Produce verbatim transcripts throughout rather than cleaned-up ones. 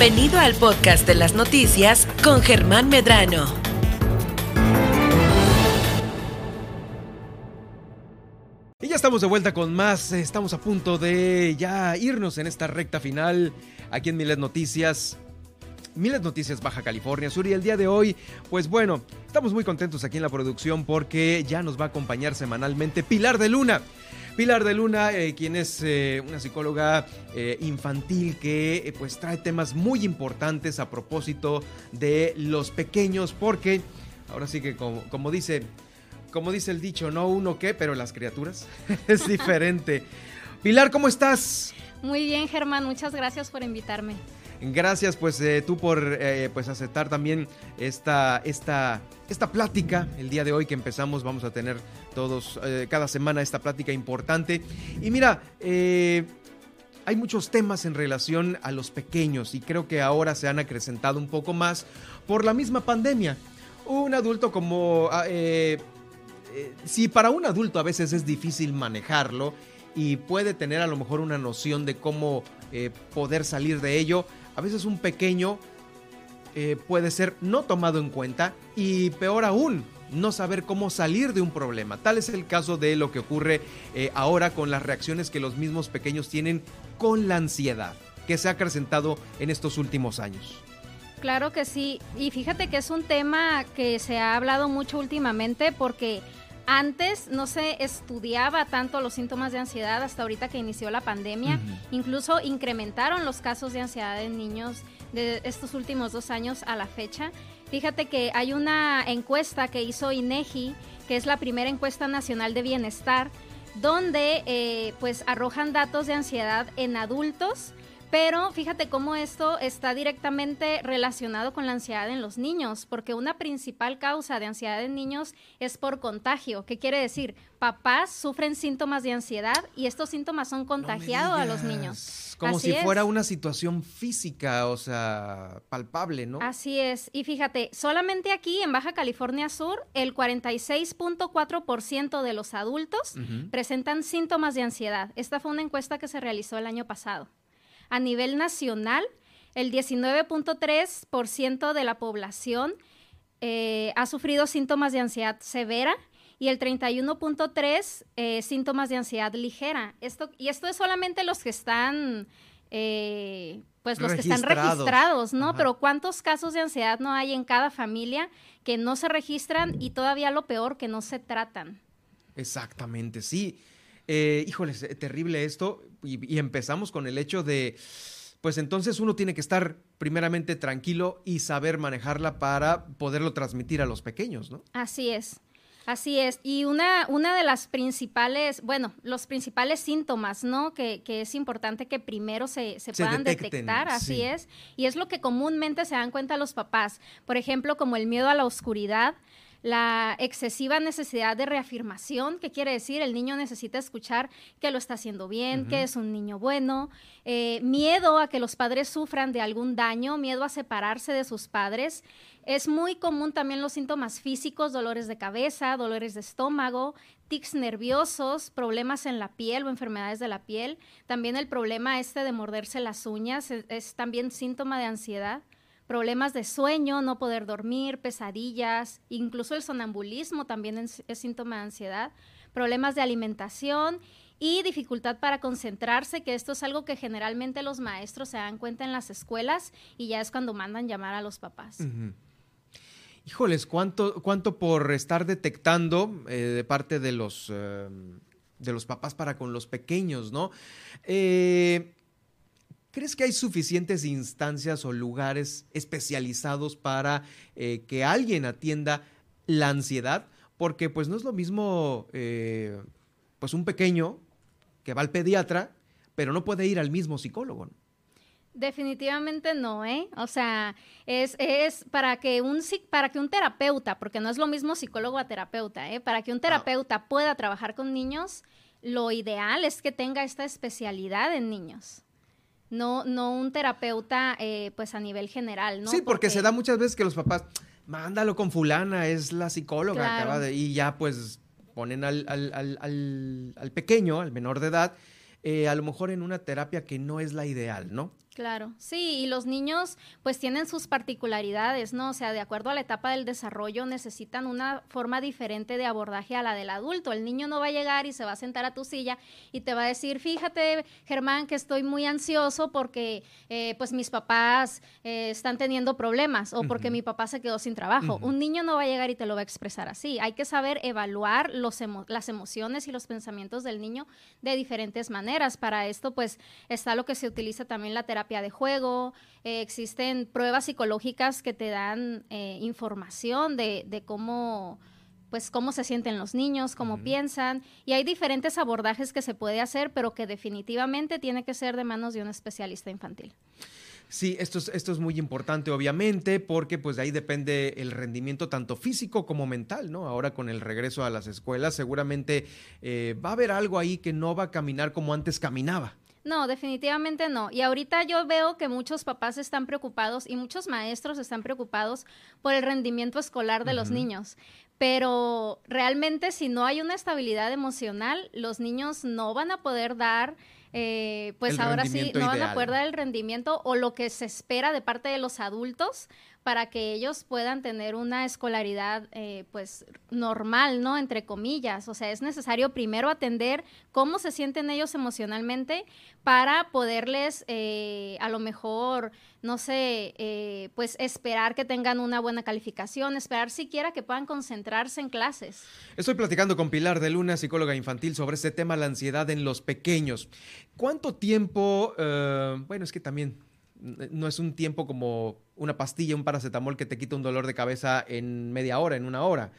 Bienvenido al podcast de las noticias con Germán Medrano. Y ya estamos de vuelta con más, estamos a punto de ya irnos en esta recta final aquí en Milet Noticias. Milet Noticias Baja California Sur, y el día de hoy, pues bueno, estamos muy contentos aquí en la producción porque ya nos va a acompañar semanalmente Pilar de Luna. Pilar de Luna, eh, quien es eh, una psicóloga eh, infantil que eh, pues trae temas muy importantes a propósito de los pequeños, porque ahora sí que como, como dice, como dice el dicho, no uno qué, pero las criaturas es diferente. Pilar, ¿cómo estás? Muy bien, Germán, muchas gracias por invitarme. Gracias, pues eh, tú por eh, pues aceptar también esta, esta, esta plática. El día de hoy que empezamos vamos a tener todos, eh, cada semana esta plática importante. Y mira, eh, hay muchos temas en relación a los pequeños y creo que ahora se han acrecentado un poco más por la misma pandemia. Un adulto como... Eh, eh, si para un adulto a veces es difícil manejarlo y puede tener a lo mejor una noción de cómo eh, poder salir de ello, a veces un pequeño eh, puede ser no tomado en cuenta y peor aún, no saber cómo salir de un problema. Tal es el caso de lo que ocurre eh, ahora con las reacciones que los mismos pequeños tienen con la ansiedad que se ha acrecentado en estos últimos años. Claro que sí, y fíjate que es un tema que se ha hablado mucho últimamente porque antes no se estudiaba tanto los síntomas de ansiedad hasta ahorita que inició la pandemia. Uh-huh. Incluso incrementaron los casos de ansiedad en niños de estos últimos dos años a la fecha. Fíjate que hay una encuesta que hizo INEGI, que es la primera encuesta nacional de bienestar, donde eh, pues arrojan datos de ansiedad en adultos. Pero fíjate cómo esto está directamente relacionado con la ansiedad en los niños, porque una principal causa de ansiedad en niños es por contagio. ¿Qué quiere decir? Papás sufren síntomas de ansiedad y estos síntomas son contagiados no a los niños. Como Así si es. fuera una situación física, o sea, palpable, ¿no? Así es. Y fíjate, solamente aquí en Baja California Sur, el cuarenta y seis punto cuatro por ciento de los adultos uh-huh. presentan síntomas de ansiedad. Esta fue una encuesta que se realizó el año pasado. A nivel nacional, el diecinueve punto tres por ciento de la población eh, ha sufrido síntomas de ansiedad severa y el treinta y uno punto tres por ciento eh, síntomas de ansiedad ligera. Esto, y esto es solamente los que están, eh, pues los que están registrados, ¿no? Ajá. Pero ¿cuántos casos de ansiedad no hay en cada familia que no se registran y todavía lo peor, que no se tratan? Exactamente, sí. Eh, híjole, es terrible esto, y, y empezamos con el hecho de, pues entonces uno tiene que estar primeramente tranquilo y saber manejarla para poderlo transmitir a los pequeños, ¿no? Así es, así es. Y una, una de las principales, bueno, los principales síntomas, ¿no? Que, que es importante que primero se, se, se puedan detecten, detectar, así sí. es. Y es lo que comúnmente se dan cuenta los papás. Por ejemplo, como el miedo a la oscuridad, la excesiva necesidad de reafirmación, ¿qué quiere decir? El niño necesita escuchar que lo está haciendo bien, uh-huh. que es un niño bueno, eh, miedo a que los padres sufran de algún daño, miedo a separarse de sus padres. Es muy común también los síntomas físicos, dolores de cabeza, dolores de estómago, tics nerviosos, problemas en la piel o enfermedades de la piel. También el problema este de morderse las uñas es, es también síntoma de ansiedad. Problemas de sueño, no poder dormir, pesadillas, incluso el sonambulismo también es, es síntoma de ansiedad, problemas de alimentación y dificultad para concentrarse, que esto es algo que generalmente los maestros se dan cuenta en las escuelas y ya es cuando mandan llamar a los papás. Uh-huh. Híjoles, ¿cuánto, cuánto por estar detectando eh, de parte de los, eh, de los papás para con los pequeños, ¿no? Eh... ¿Crees que hay suficientes instancias o lugares especializados para eh, que alguien atienda la ansiedad? Porque pues no es lo mismo eh, pues un pequeño que va al pediatra, pero no puede ir al mismo psicólogo, ¿no? Definitivamente no, ¿eh? O sea, es, es para que un para que un terapeuta, porque no es lo mismo psicólogo a terapeuta, ¿eh? Para que un terapeuta ah. pueda trabajar con niños, lo ideal es que tenga esta especialidad en niños. No, no un terapeuta, eh, pues a nivel general, ¿no? Sí, porque, porque se da muchas veces que los papás, mándalo con fulana, es la psicóloga, claro. acaba de, y ya pues ponen al, al, al, al, al pequeño, al menor de edad, eh, a lo mejor en una terapia que no es la ideal, ¿no? Claro, sí, y los niños pues tienen sus particularidades, ¿no? O sea, de acuerdo a la etapa del desarrollo necesitan una forma diferente de abordaje a la del adulto. El niño no va a llegar y se va a sentar a tu silla y te va a decir, fíjate, Germán, que estoy muy ansioso porque eh, pues mis papás eh, están teniendo problemas o porque uh-huh. mi papá se quedó sin trabajo. Uh-huh. Un niño no va a llegar y te lo va a expresar así. Hay que saber evaluar los emo- las emociones y los pensamientos del niño de diferentes maneras. Para esto pues está lo que se utiliza también la terapia de juego, eh, existen pruebas psicológicas que te dan eh, información de, de cómo, pues, cómo se sienten los niños, cómo uh-huh. piensan, y hay diferentes abordajes que se puede hacer, pero que definitivamente tiene que ser de manos de un especialista infantil. Sí, esto es, esto es muy importante, obviamente, porque pues de ahí depende el rendimiento tanto físico como mental, ¿no? Ahora con el regreso a las escuelas, seguramente eh, va a haber algo ahí que no va a caminar como antes caminaba. No, definitivamente no. Y ahorita yo veo que muchos papás están preocupados y muchos maestros están preocupados por el rendimiento escolar de uh-huh. los niños. Pero realmente si no hay una estabilidad emocional, los niños no van a poder dar, eh, pues el ahora sí, no ideal. van a poder dar el rendimiento o lo que se espera de parte de los adultos para que ellos puedan tener una escolaridad eh, pues normal, ¿no? Entre comillas. O sea, es necesario primero atender cómo se sienten ellos emocionalmente para poderles eh, a lo mejor, no sé, eh, pues esperar que tengan una buena calificación, esperar siquiera que puedan concentrarse en clases. Estoy platicando con Pilar de Luna, psicóloga infantil, sobre este tema, la ansiedad en los pequeños. ¿Cuánto tiempo, uh, bueno, es que también no es un tiempo como una pastilla, un paracetamol que te quita un dolor de cabeza en media hora, en una hora.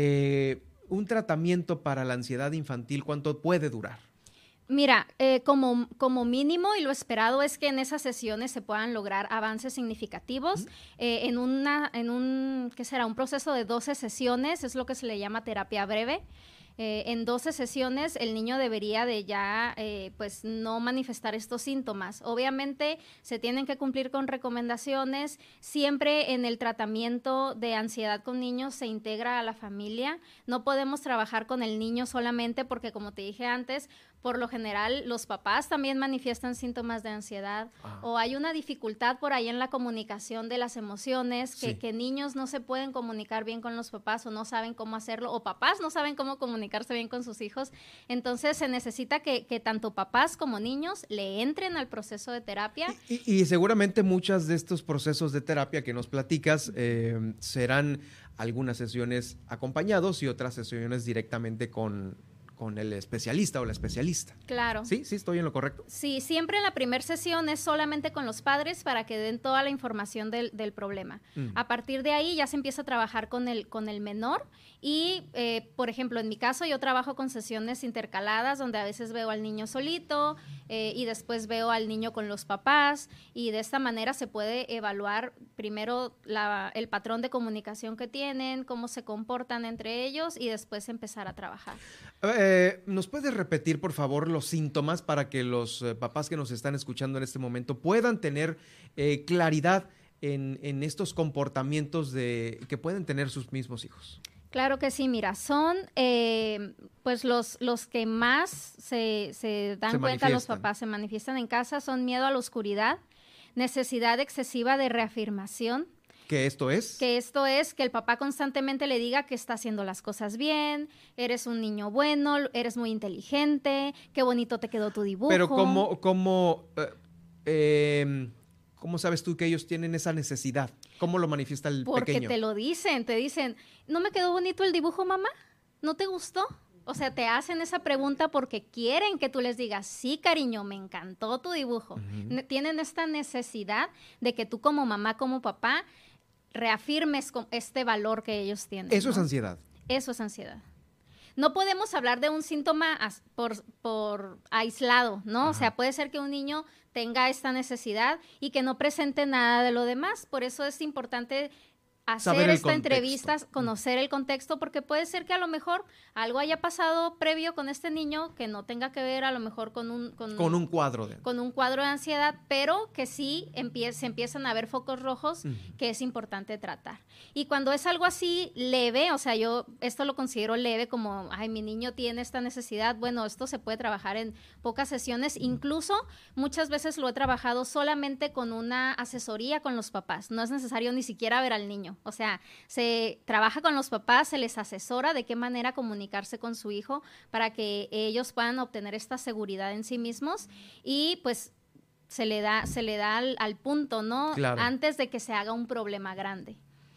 Eh, un tratamiento para la ansiedad infantil, ¿cuánto puede durar? Mira, eh, como, como mínimo y lo esperado es que en esas sesiones se puedan lograr avances significativos. Uh-huh. eh, en, una, en un, ¿qué será? Un proceso de doce sesiones, es lo que se le llama terapia breve. Eh, en doce sesiones el niño debería de ya eh, pues no manifestar estos síntomas. Obviamente se tienen que cumplir con recomendaciones. Siempre en el tratamiento de ansiedad con niños se integra a la familia. No podemos trabajar con el niño solamente porque, como te dije antes, por lo general los papás también manifiestan síntomas de ansiedad ah. o hay una dificultad por ahí en la comunicación de las emociones, que, sí. que niños no se pueden comunicar bien con los papás o no saben cómo hacerlo, o papás no saben cómo comunicarse bien con sus hijos. Entonces se necesita que, que tanto papás como niños le entren al proceso de terapia. Y, y, y seguramente muchos de estos procesos de terapia que nos platicas eh, serán algunas sesiones acompañados y otras sesiones directamente con... con el especialista o la especialista. Claro. ¿Sí? ¿Sí estoy en lo correcto? Sí, siempre en la primera sesión es solamente con los padres para que den toda la información del, del problema. Mm. A partir de ahí ya se empieza a trabajar con el, con el menor y, eh, por ejemplo, en mi caso yo trabajo con sesiones intercaladas donde a veces veo al niño solito eh, y después veo al niño con los papás, y de esta manera se puede evaluar primero la, el patrón de comunicación que tienen, cómo se comportan entre ellos y después empezar a trabajar. Eh, ¿Nos puedes repetir, por favor, los síntomas para que los eh, papás que nos están escuchando en este momento puedan tener eh, claridad en, en estos comportamientos de, que pueden tener sus mismos hijos? Claro que sí, mira, son eh, pues los, los que más se, se dan se cuenta los papás, se manifiestan en casa, son miedo a la oscuridad, necesidad excesiva de reafirmación. ¿Que esto es? Que esto es que el papá constantemente le diga que está haciendo las cosas bien, eres un niño bueno, eres muy inteligente, qué bonito te quedó tu dibujo. Pero ¿cómo, cómo, eh, eh, cómo sabes tú que ellos tienen esa necesidad? ¿Cómo lo manifiesta el Porque pequeño? Porque te lo dicen, te dicen, ¿no me quedó bonito el dibujo, mamá? ¿No te gustó? O sea, te hacen esa pregunta porque quieren que tú les digas, sí, cariño, me encantó tu dibujo. Uh-huh. Tienen esta necesidad de que tú como mamá, como papá, reafirmes este valor que ellos tienen. Eso, ¿no?, es ¿no? ansiedad. Eso es ansiedad. No podemos hablar de un síntoma por, por aislado, ¿no? Ajá. O sea, puede ser que un niño tenga esta necesidad y que no presente nada de lo demás. Por eso es importante hacer esta entrevista, conocer el contexto, porque puede ser que a lo mejor algo haya pasado previo con este niño que no tenga que ver a lo mejor con un... Con, con un cuadro de... Con un cuadro de ansiedad, pero que sí empie se empiezan a ver focos rojos uh-huh. que es importante tratar. Y cuando es algo así leve, o sea, yo esto lo considero leve, como, ay, mi niño tiene esta necesidad, bueno, esto se puede trabajar en pocas sesiones, uh-huh. incluso muchas veces lo he trabajado solamente con una asesoría con los papás, no es necesario ni siquiera ver al niño. O sea, se trabaja con los papás, se les asesora de qué manera comunicarse con su hijo para que ellos puedan obtener esta seguridad en sí mismos y pues se le da, se le da al, al punto, ¿no? Claro. Antes de que se haga un problema grande.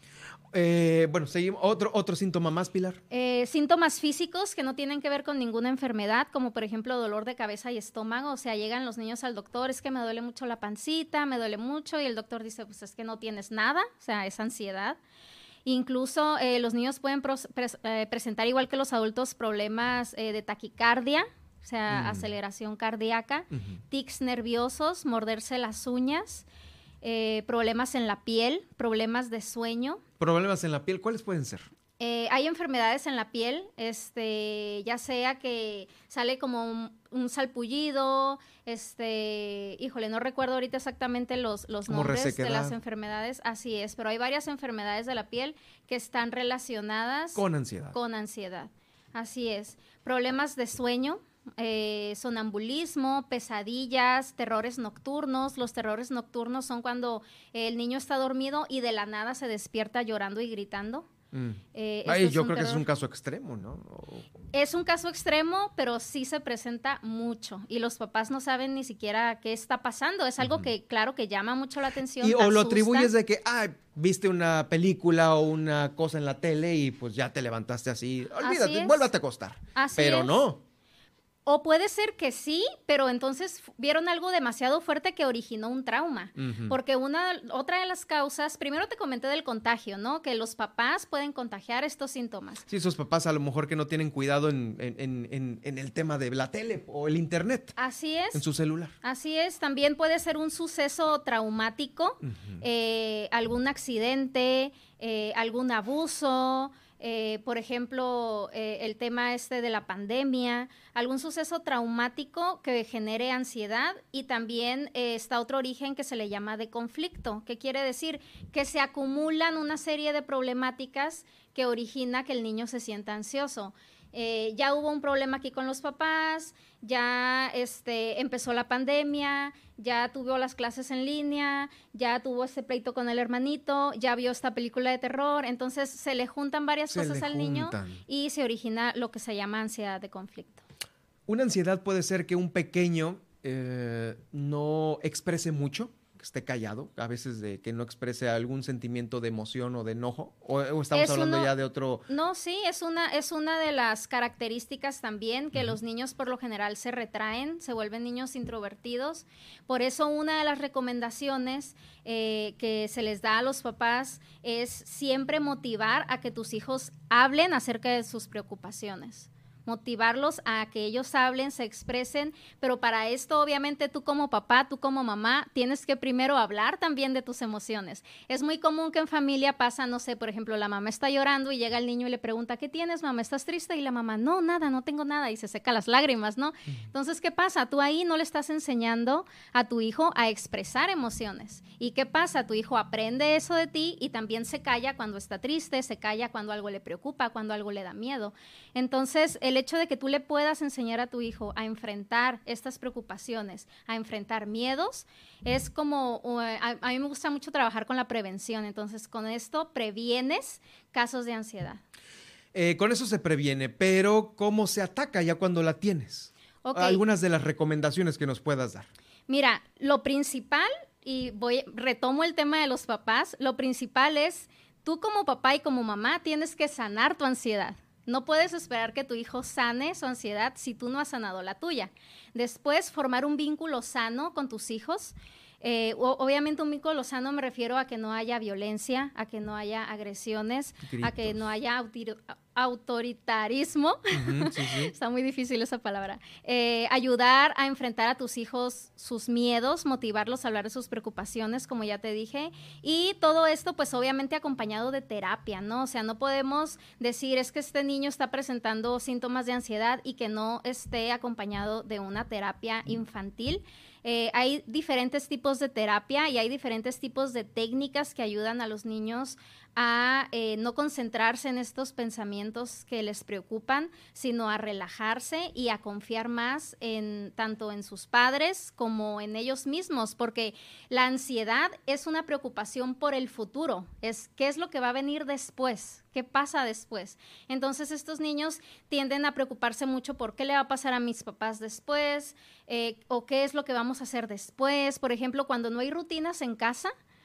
Eh, bueno, seguimos. ¿Otro, otro síntoma más, Pilar? Eh, síntomas físicos que no tienen que ver con ninguna enfermedad, como por ejemplo dolor de cabeza y estómago. O sea, llegan los niños al doctor, es que me duele mucho la pancita, me duele mucho, y el doctor dice, pues es que no tienes nada, o sea, es ansiedad. Incluso eh, los niños pueden pros, pres, eh, presentar, igual que los adultos, problemas eh, de taquicardia, o sea, mm. aceleración cardíaca, uh-huh. tics nerviosos, morderse las uñas, eh, problemas en la piel, problemas de sueño. ¿Problemas en la piel? ¿Cuáles pueden ser? Eh, hay enfermedades en la piel, este, ya sea que sale como un, un salpullido, este, híjole, no recuerdo ahorita exactamente los, los nombres resequedad. De las enfermedades, así es, pero hay varias enfermedades de la piel que están relacionadas con ansiedad. Con ansiedad, así es. Problemas de sueño, eh, sonambulismo, pesadillas, terrores nocturnos. Los terrores nocturnos son cuando el niño está dormido y de la nada se despierta llorando y gritando. Mm. Eh, Ay, yo creo terror. que es un caso extremo, ¿no? O... Es un caso extremo, pero sí se presenta mucho y los papás no saben ni siquiera qué está pasando. Es algo uh-huh. que, claro, que llama mucho la atención. Y o lo atribuyes de que, ah, viste una película o una cosa en la tele y pues ya te levantaste así. Olvídate, así vuélvate a acostar. Así pero es. no. O puede ser que sí, pero entonces vieron algo demasiado fuerte que originó un trauma. Uh-huh. Porque una, otra de las causas, primero te comenté del contagio, ¿no? Que los papás pueden contagiar estos síntomas. Sí, esos papás a lo mejor que no tienen cuidado en, en, en, en el tema de la tele o el internet. Así es. En su celular. Así es. También puede ser un suceso traumático, uh-huh. eh, algún accidente, eh, algún abuso. Eh, por ejemplo, eh, el tema este de la pandemia, algún suceso traumático que genere ansiedad y también eh, está otro origen que se le llama de conflicto, que quiere decir que se acumulan una serie de problemáticas que origina que el niño se sienta ansioso. Eh, ya hubo un problema aquí con los papás, ya este, empezó la pandemia, ya tuvo las clases en línea, ya tuvo este pleito con el hermanito, ya vio esta película de terror, entonces se le juntan varias se cosas al juntan. niño y se origina lo que se llama ansiedad de conflicto. Una ansiedad puede ser que un pequeño eh, no exprese mucho, que esté callado, a veces de que no exprese algún sentimiento de emoción o de enojo, o, o estamos es hablando uno, ya de otro... No, sí, es una, es una de las características también, que uh-huh. los niños por lo general se retraen, se vuelven niños introvertidos, por eso una de las recomendaciones eh, que se les da a los papás es siempre motivar a que tus hijos hablen acerca de sus preocupaciones. Motivarlos a que ellos hablen, se expresen, pero para esto obviamente tú como papá, tú como mamá, tienes que primero hablar también de tus emociones. Es muy común que en familia pasa, no sé, por ejemplo, la mamá está llorando y llega el niño y le pregunta, ¿qué tienes, mamá? ¿Estás triste? Y la mamá, no, nada, no tengo nada, y se seca las lágrimas, ¿no? Uh-huh. Entonces, ¿qué pasa? Tú ahí no le estás enseñando a tu hijo a expresar emociones. ¿Y qué pasa? Tu hijo aprende eso de ti y también se calla cuando está triste, se calla cuando algo le preocupa, cuando algo le da miedo. Entonces, el hecho de que tú le puedas enseñar a tu hijo a enfrentar estas preocupaciones, a enfrentar miedos, es como, uh, a, a mí me gusta mucho trabajar con la prevención, entonces con esto previenes casos de ansiedad. Eh, con eso se previene, pero ¿cómo se ataca ya cuando la tienes? Okay. Algunas de las recomendaciones que nos puedas dar. Mira, lo principal, y voy, retomo el tema de los papás, lo principal es, tú como papá y como mamá tienes que sanar tu ansiedad. No puedes esperar que tu hijo sane su ansiedad si tú no has sanado la tuya. Después, formar un vínculo sano con tus hijos. Eh, o, obviamente un vínculo sano me refiero a que no haya violencia, a que no haya agresiones, gritos. A que no haya autir- autoritarismo, uh-huh, sí, sí. Está muy difícil esa palabra, eh, ayudar a enfrentar a tus hijos sus miedos, motivarlos a hablar de sus preocupaciones, como ya te dije, y todo esto pues obviamente acompañado de terapia, ¿no? O sea, no podemos decir es que este niño está presentando síntomas de ansiedad y que no esté acompañado de una terapia infantil. Eh, hay diferentes tipos de terapia y hay diferentes tipos de técnicas que ayudan a los niños a eh, no concentrarse en estos pensamientos que les preocupan, sino a relajarse y a confiar más en tanto en sus padres como en ellos mismos, porque la ansiedad es una preocupación por el futuro, es qué es lo que va a venir después, qué pasa después. Entonces estos niños tienden a preocuparse mucho por qué le va a pasar a mis papás después, eh, o qué es lo que vamos a hacer después. Por ejemplo, cuando no hay rutinas en casa,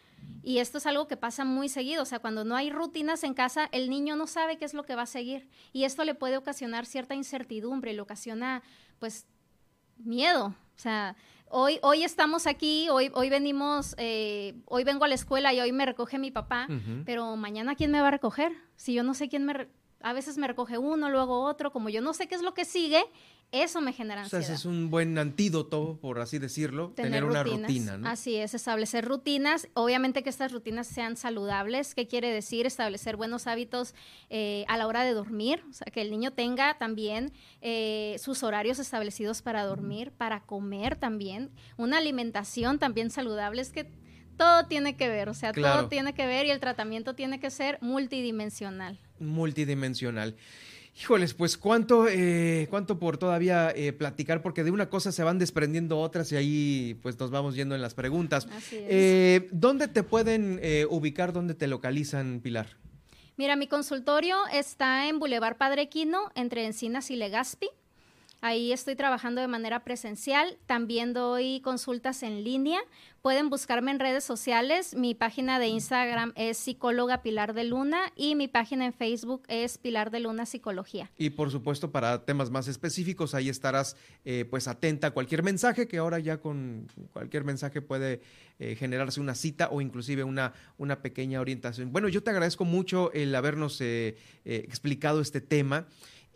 y esto es algo que pasa muy seguido, o sea, cuando no hay rutinas en casa, el niño no sabe qué es lo que va a seguir y esto le puede ocasionar cierta incertidumbre, le ocasiona, pues, miedo. O sea, hoy, hoy estamos aquí, hoy, hoy venimos, eh, hoy vengo a la escuela y hoy me recoge mi papá, uh-huh. pero mañana ¿quién me va a recoger? Si yo no sé quién me... Re- a veces me recoge uno, luego otro, como yo no sé qué es lo que sigue, eso me genera ansiedad. O sea, ese es un buen antídoto, por así decirlo, tener, tener una rutina, ¿no? Así es, establecer rutinas. Obviamente que estas rutinas sean saludables. ¿Qué quiere decir? Establecer buenos hábitos eh, a la hora de dormir. O sea, que el niño tenga también eh, sus horarios establecidos para dormir, para comer también. Una alimentación también saludable. Es que todo tiene que ver, o sea, claro. todo tiene que ver y el tratamiento tiene que ser multidimensional. Multidimensional. Híjoles, pues cuánto, eh, cuánto por todavía eh, platicar, porque de una cosa se van desprendiendo otras y ahí pues nos vamos yendo en las preguntas. Así es. Eh, ¿Dónde te pueden eh, ubicar, dónde te localizan, Pilar? Mira, mi consultorio está en Boulevard Padre Quino, entre Encinas y Legazpi. Ahí estoy trabajando de manera presencial, también doy consultas en línea. Pueden buscarme en redes sociales, mi página de Instagram es psicóloga Pilar de Luna y mi página en Facebook es Pilar de Luna Psicología. Y por supuesto para temas más específicos ahí estarás eh, pues atenta a cualquier mensaje, que ahora ya con cualquier mensaje puede eh, generarse una cita o inclusive una, una pequeña orientación. Bueno, yo te agradezco mucho el habernos eh, eh, explicado este tema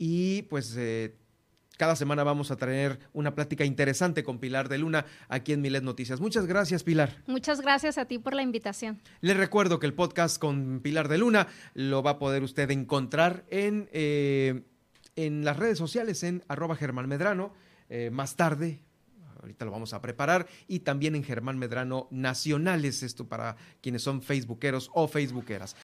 y pues... Eh, Cada semana vamos a traer una plática interesante con Pilar de Luna aquí en Milet Noticias. Muchas gracias, Pilar. Muchas gracias a ti por la invitación. Les recuerdo que el podcast con Pilar de Luna lo va a poder usted encontrar en, eh, en las redes sociales, en arroba Germán Medrano, eh, más tarde. Ahorita lo vamos a preparar y también en Germán Medrano Nacionales, esto para quienes son facebookeros o facebookeras.